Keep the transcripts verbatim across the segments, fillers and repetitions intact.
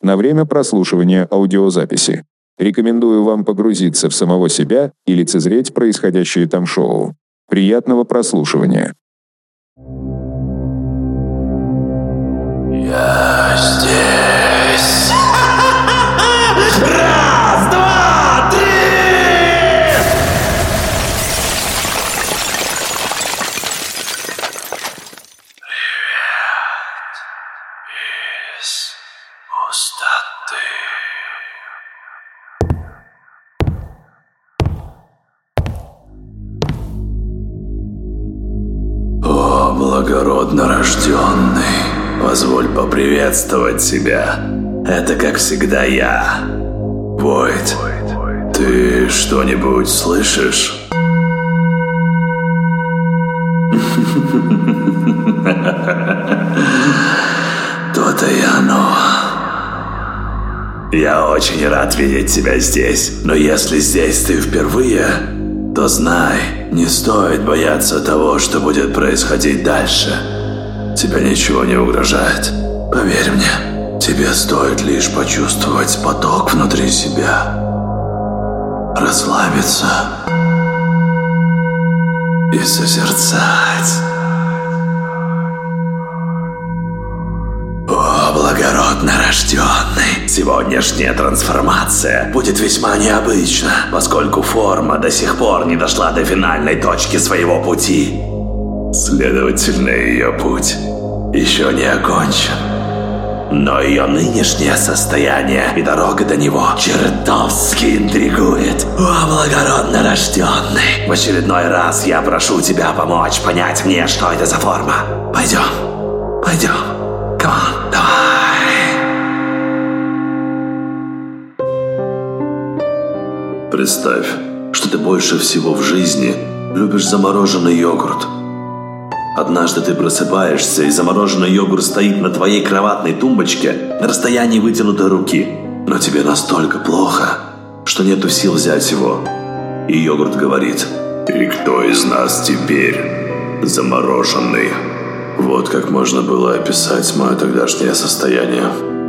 на время прослушивания аудиозаписи. Рекомендую вам погрузиться в самого себя и лицезреть происходящее там шоу. Приятного прослушивания. Я здесь. Раз, два, три! Привет из пустоты. О, благородно рожденный, позволь поприветствовать тебя. Это, как всегда, я. Войд, ты что-нибудь слышишь? То-то и оно. Я очень рад видеть тебя здесь. Но если здесь ты впервые, то знай, не стоит бояться того, что будет происходить дальше. Тебе ничего не угрожает. Поверь мне, тебе стоит лишь почувствовать поток внутри себя, расслабиться и созерцать. О, благородно рожденный, сегодняшняя трансформация будет весьма необычна, поскольку форма до сих пор не дошла до финальной точки своего пути. Следовательно, ее путь еще не окончен. Но ее нынешнее состояние и дорога до него чертовски интригует. О, благородно рожденный, в очередной раз я прошу тебя помочь понять мне, что это за форма. Пойдем, пойдем, камон, давай. Представь, что ты больше всего в жизни любишь замороженный йогурт. Однажды ты просыпаешься, и замороженный йогурт стоит на твоей кроватной тумбочке на расстоянии вытянутой руки. Но тебе настолько плохо, что нету сил взять его. И йогурт говорит: «И кто из нас теперь замороженный?» Вот как можно было описать мое тогдашнее состояние.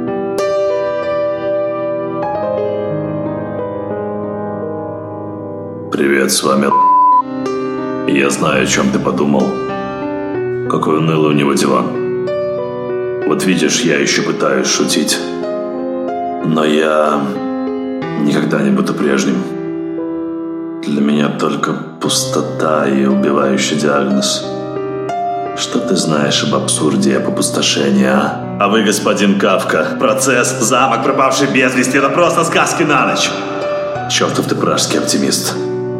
Привет, с вами Я знаю, о чем ты подумал. Какой унылый у него дела. Вот видишь, я еще пытаюсь шутить. Но я никогда не буду прежним. Для меня только пустота и убивающий диагноз. Что ты знаешь об абсурде и об опустошении, а? А вы, господин Кафка, процесс, замок, пропавший без вести, это просто сказки на ночь. Чертов ты пражский оптимист.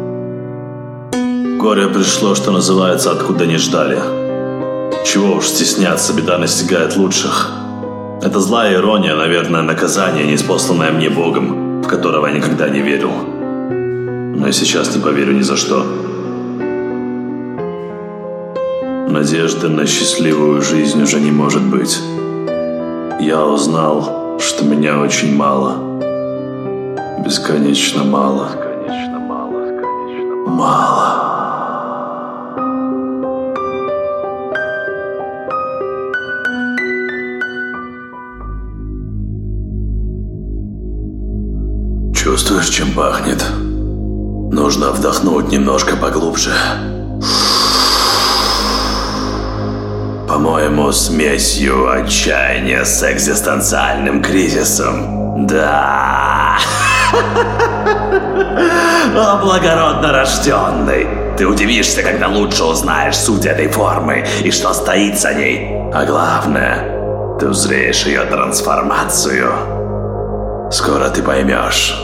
Горе пришло, что называется, откуда не ждали. Чего уж стесняться, беда настигает лучших. Это злая ирония, наверное, наказание, ниспосланное мне Богом, в которого я никогда не верил. Но и сейчас не поверю ни за что. Надежды на счастливую жизнь уже не может быть. Я узнал, что меня очень мало. Бесконечно мало. Бесконечно мало. Бесконечно мало. Чувствуешь, чем пахнет? Нужно вдохнуть немножко поглубже. По-моему, смесью отчаяния с экзистенциальным кризисом. Да. О, благородно рожденный. Ты удивишься, когда лучше узнаешь суть этой формы и что стоит за ней. А главное, ты узреешь ее трансформацию. Скоро ты поймешь.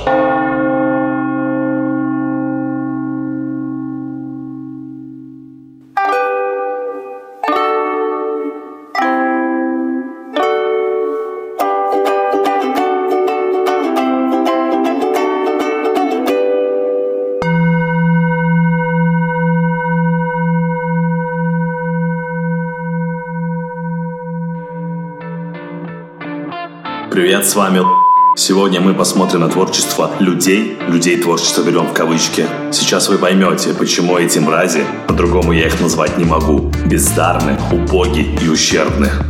Привет, с вами Сегодня мы посмотрим на творчество людей. Людей творчество берем в кавычки. Сейчас вы поймете, почему эти мрази, по-другому я их назвать не могу, бездарны, убоги и ущербны.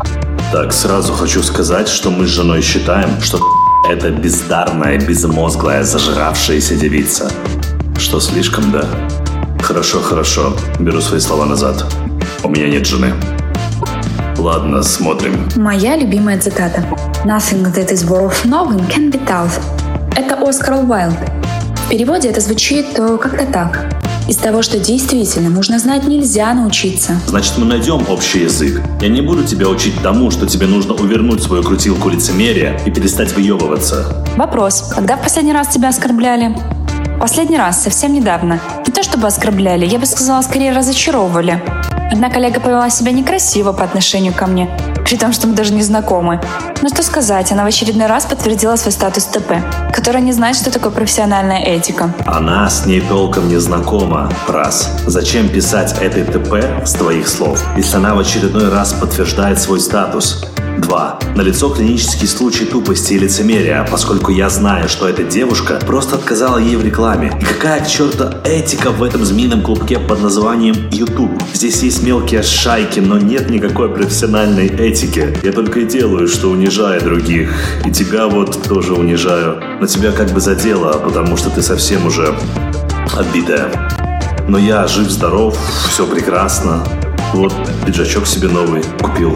Так, сразу хочу сказать, что мы с женой считаем, что это бездарная, безмозглая, зажравшаяся девица. Что, слишком, да? Хорошо, хорошо. Беру свои слова назад. У меня нет жены. Ладно, смотрим. Моя любимая цитата. Nothing that is worth knowing can be taught. Это Оскар Уайльд. В переводе это звучит как-то так. Из того, что действительно нужно знать, нельзя научиться. Значит, мы найдем общий язык. Я не буду тебя учить тому, что тебе нужно увернуть свою крутилку лицемерия и перестать выебываться. Вопрос. Когда в последний раз тебя оскорбляли? Последний раз, совсем недавно. Не то чтобы оскорбляли, я бы сказала, скорее разочаровывали. Одна коллега повела себя некрасиво по отношению ко мне, при том, что мы даже не знакомы. Но что сказать, она в очередной раз подтвердила свой статус ТП, которая не знает, что такое профессиональная этика. Она с ней толком не знакома. Раз. Зачем писать этой ТП с твоих слов, если она в очередной раз подтверждает свой статус? Два. Налицо клинический случай тупости и лицемерия, поскольку я знаю, что эта девушка просто отказала ей в рекламе. И какая к черту этика в этом змеином клубке под названием YouTube? Здесь есть мелкие шайки, но нет никакой профессиональной этики. Я только и делаю, что унижаю других. И тебя вот тоже унижаю. Но тебя как бы задело, потому что ты совсем уже отбитая. Но я жив-здоров, все прекрасно. Вот пиджачок себе новый купил.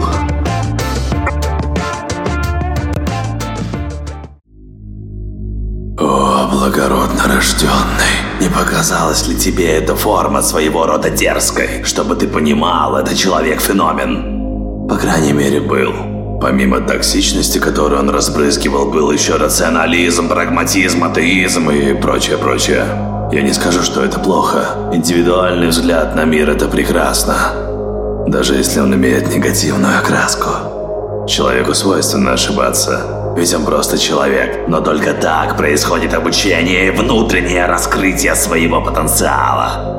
О, благородно рожденный, не показалась ли тебе эта форма своего рода дерзкой? Чтобы ты понимал, это человек-феномен. По крайней мере, был. Помимо токсичности, которую он разбрызгивал, был еще рационализм, прагматизм, атеизм и прочее-прочее. Я не скажу, что это плохо. Индивидуальный взгляд на мир – это прекрасно. Даже если он имеет негативную окраску. Человеку свойственно ошибаться. Ведь он просто человек. Но только так происходит обучение и внутреннее раскрытие своего потенциала.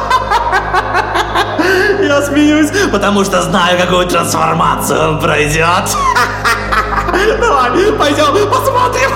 Я смеюсь, потому что знаю, какую трансформацию он пройдет. Давай, пойдем, посмотрим.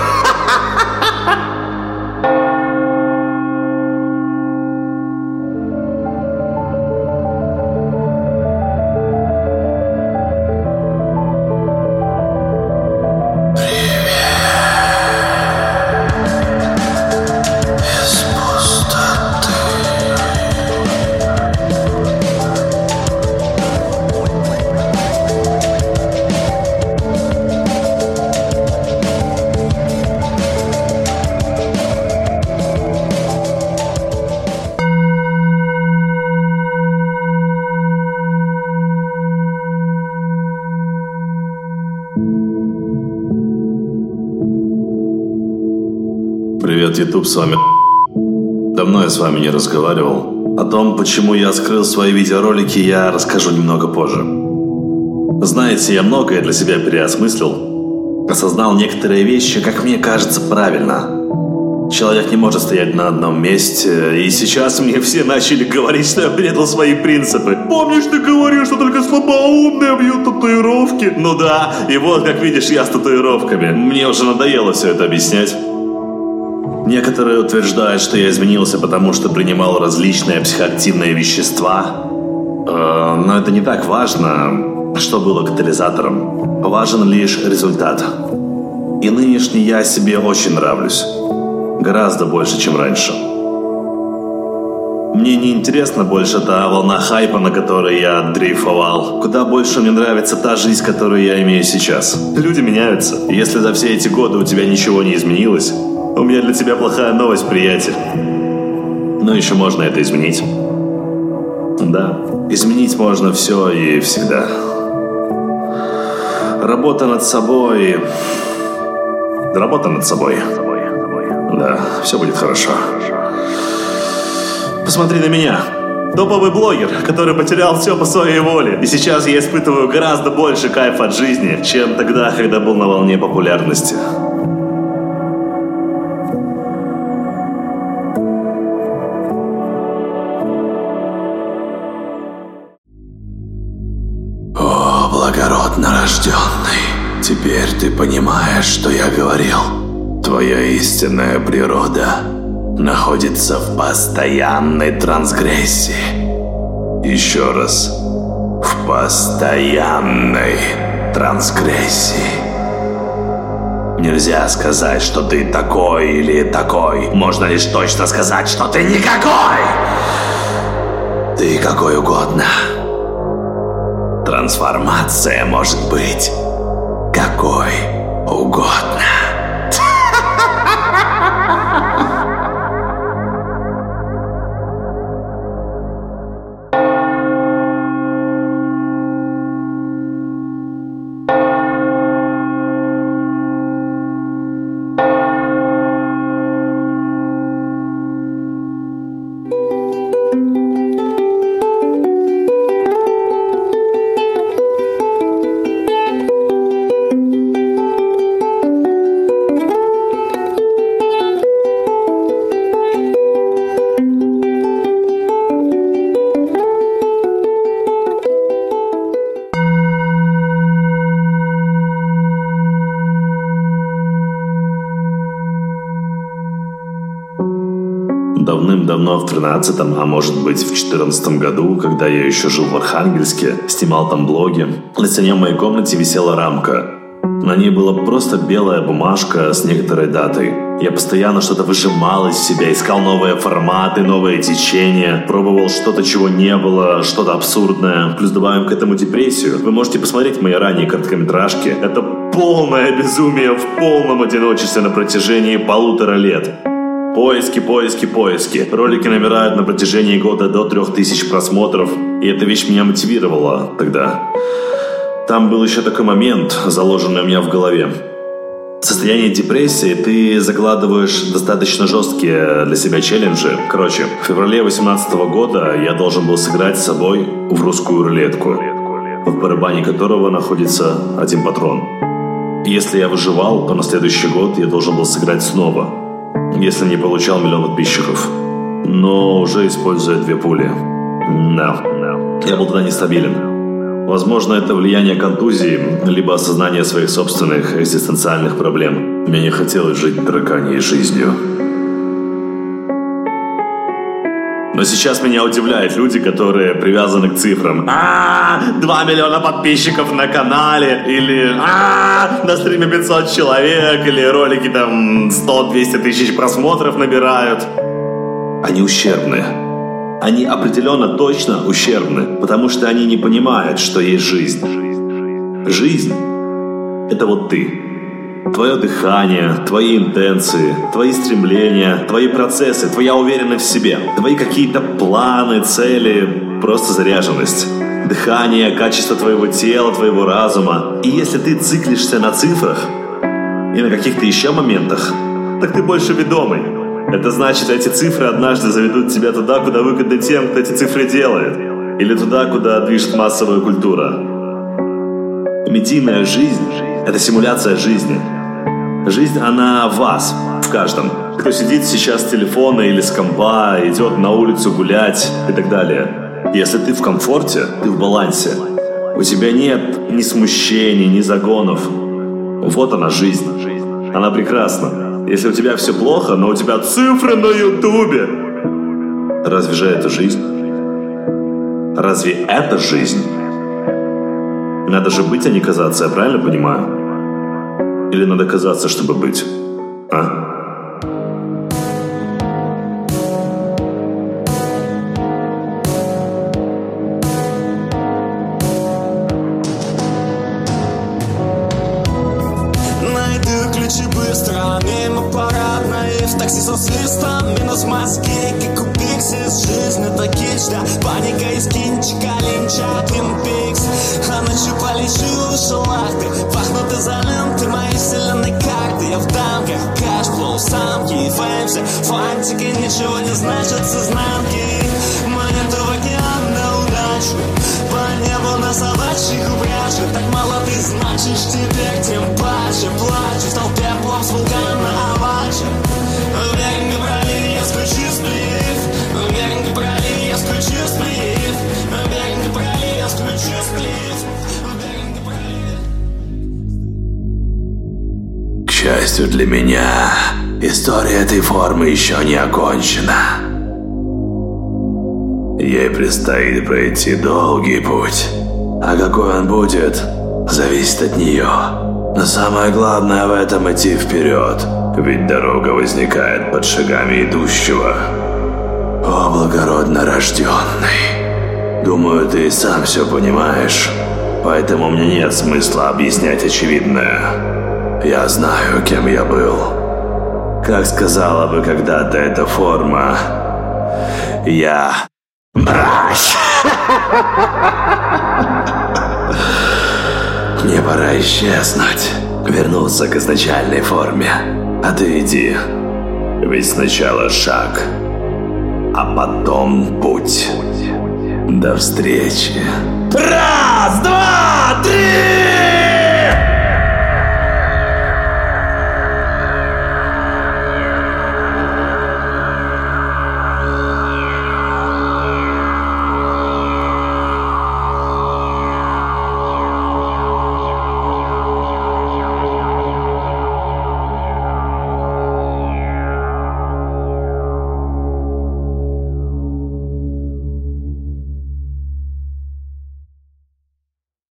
Привет, YouTube, с вами. Давно я с вами не разговаривал. О том, почему я скрыл свои видеоролики, я расскажу немного позже. Знаете, я многое для себя переосмыслил. Осознал некоторые вещи, как мне кажется, правильно. Человек не может стоять на одном месте, и сейчас мне все начали говорить, что я предал свои принципы. Помнишь, ты говорил, что только слабоумные бьют татуировки? Ну да, и вот, как видишь, я с татуировками. Мне уже надоело все это объяснять. Некоторые утверждают, что я изменился, потому что принимал различные психоактивные вещества. Э, но это не так важно, что было катализатором. Важен лишь результат. И нынешний я себе очень нравлюсь. Гораздо больше, чем раньше. Мне не интересна больше та волна хайпа, на которой я дрейфовал. Куда больше мне нравится та жизнь, которую я имею сейчас. Люди меняются. И если за все эти годы у тебя ничего не изменилось, у меня для тебя плохая новость, приятель. Но еще можно это изменить. Да, изменить можно все и всегда. Работа над собой... Работа над собой. Да, все будет хорошо. Посмотри на меня. Топовый блогер, который потерял все по своей воле. И сейчас я испытываю гораздо больше кайфа от жизни, чем тогда, когда был на волне популярности. О, благородно рожденный. Теперь ты понимаешь, что я говорил. Твоя истинная природа находится в постоянной трансгрессии. Еще раз. В постоянной трансгрессии. Нельзя сказать, что ты такой или такой. Можно лишь точно сказать, что ты никакой. Ты какой угодно. Трансформация может быть какой угодно. Давным-давно в тринадцатом, а может быть в четырнадцатом году, когда я еще жил в Архангельске, снимал там блоги, на стене в моей комнате висела рамка. На ней была просто белая бумажка с некоторой датой. Я постоянно что-то выжимал из себя, искал новые форматы, новые течения, пробовал что-то, чего не было, что-то абсурдное. Плюс добавим к этому депрессию. Вы можете посмотреть мои ранние короткометражки. Это полное безумие в полном одиночестве на протяжении полутора лет. Поиски, поиски, поиски. Ролики набирают на протяжении года до трех тысяч просмотров. И эта вещь меня мотивировала тогда. Там был еще такой момент, заложенный у меня в голове. В состоянии депрессии ты закладываешь достаточно жесткие для себя челленджи. Короче, в феврале две тысячи восемнадцатого года я должен был сыграть с собой в русскую рулетку, в барабане которого находится один патрон. Если я выживал, то на следующий год я должен был сыграть снова, если не получал миллион подписчиков. Но уже используя две пули. Да, я был тогда нестабилен. Возможно, это влияние контузии, либо осознание своих собственных экзистенциальных проблем. Мне не хотелось жить тараканьей жизнью. Но сейчас меня удивляют люди, которые привязаны к цифрам. А, два миллиона подписчиков на канале, или а, на стриме пятьсот человек, или ролики там сто-двести тысяч просмотров набирают. Они ущербны. Они определенно точно ущербны, потому что они не понимают, что есть жизнь. Жизнь – это вот ты. Твое дыхание, твои интенции, твои стремления, твои процессы, твоя уверенность в себе, твои какие-то планы, цели, просто заряженность. Дыхание, качество твоего тела, твоего разума. И если ты циклишься на цифрах и на каких-то еще моментах, так ты больше ведомый. Это значит, эти цифры однажды заведут тебя туда, куда выгодно тем, кто эти цифры делает. Или туда, куда движет массовая культура. Медийная жизнь – это симуляция жизни. Жизнь, она в вас, в каждом. Кто сидит сейчас с телефона или с компа, идет на улицу гулять и так далее. Если ты в комфорте, ты в балансе. У тебя нет ни смущений, ни загонов. Вот она жизнь. Она прекрасна. Если у тебя все плохо, но у тебя цифры на ютубе. Разве же это жизнь? Разве это жизнь? Надо же быть, а не казаться, я правильно понимаю? Или надо казаться, чтобы быть? А? Паника из кинчика, линча, Twin Peaks. А ночью полечу в шалахты, пахнут изоленты моей вселенной карты. Я в дамках, кэшфлоу, самки и феймсы. Фантики ничего не значат с изнанки. Монеты в океан на удачу, по небу на собачьих упряжках. Так мало ты значишь, теперь тем паче. Плачу, стал пеплом с вулкана Авачи. Уверен, говорили, я скучу сплив. Уверен, говорили, я скучу сплив. Уверен, говорили, я скучу сплив. Уверен, говорили. К счастью для меня, история этой формы еще не окончена. Ей предстоит пройти долгий путь. А какой он будет, зависит от нее. Но самое главное в этом идти вперед, ведь дорога возникает под шагами идущего. О, благородно рожденный, думаю, ты и сам все понимаешь, поэтому мне нет смысла объяснять очевидное. Я знаю, кем я был. Как сказала бы когда-то эта форма, я мразь. Мне пора исчезнуть, вернуться к изначальной форме. А ты иди. Ведь сначала шаг, а потом путь. До встречи. Раз, два, три!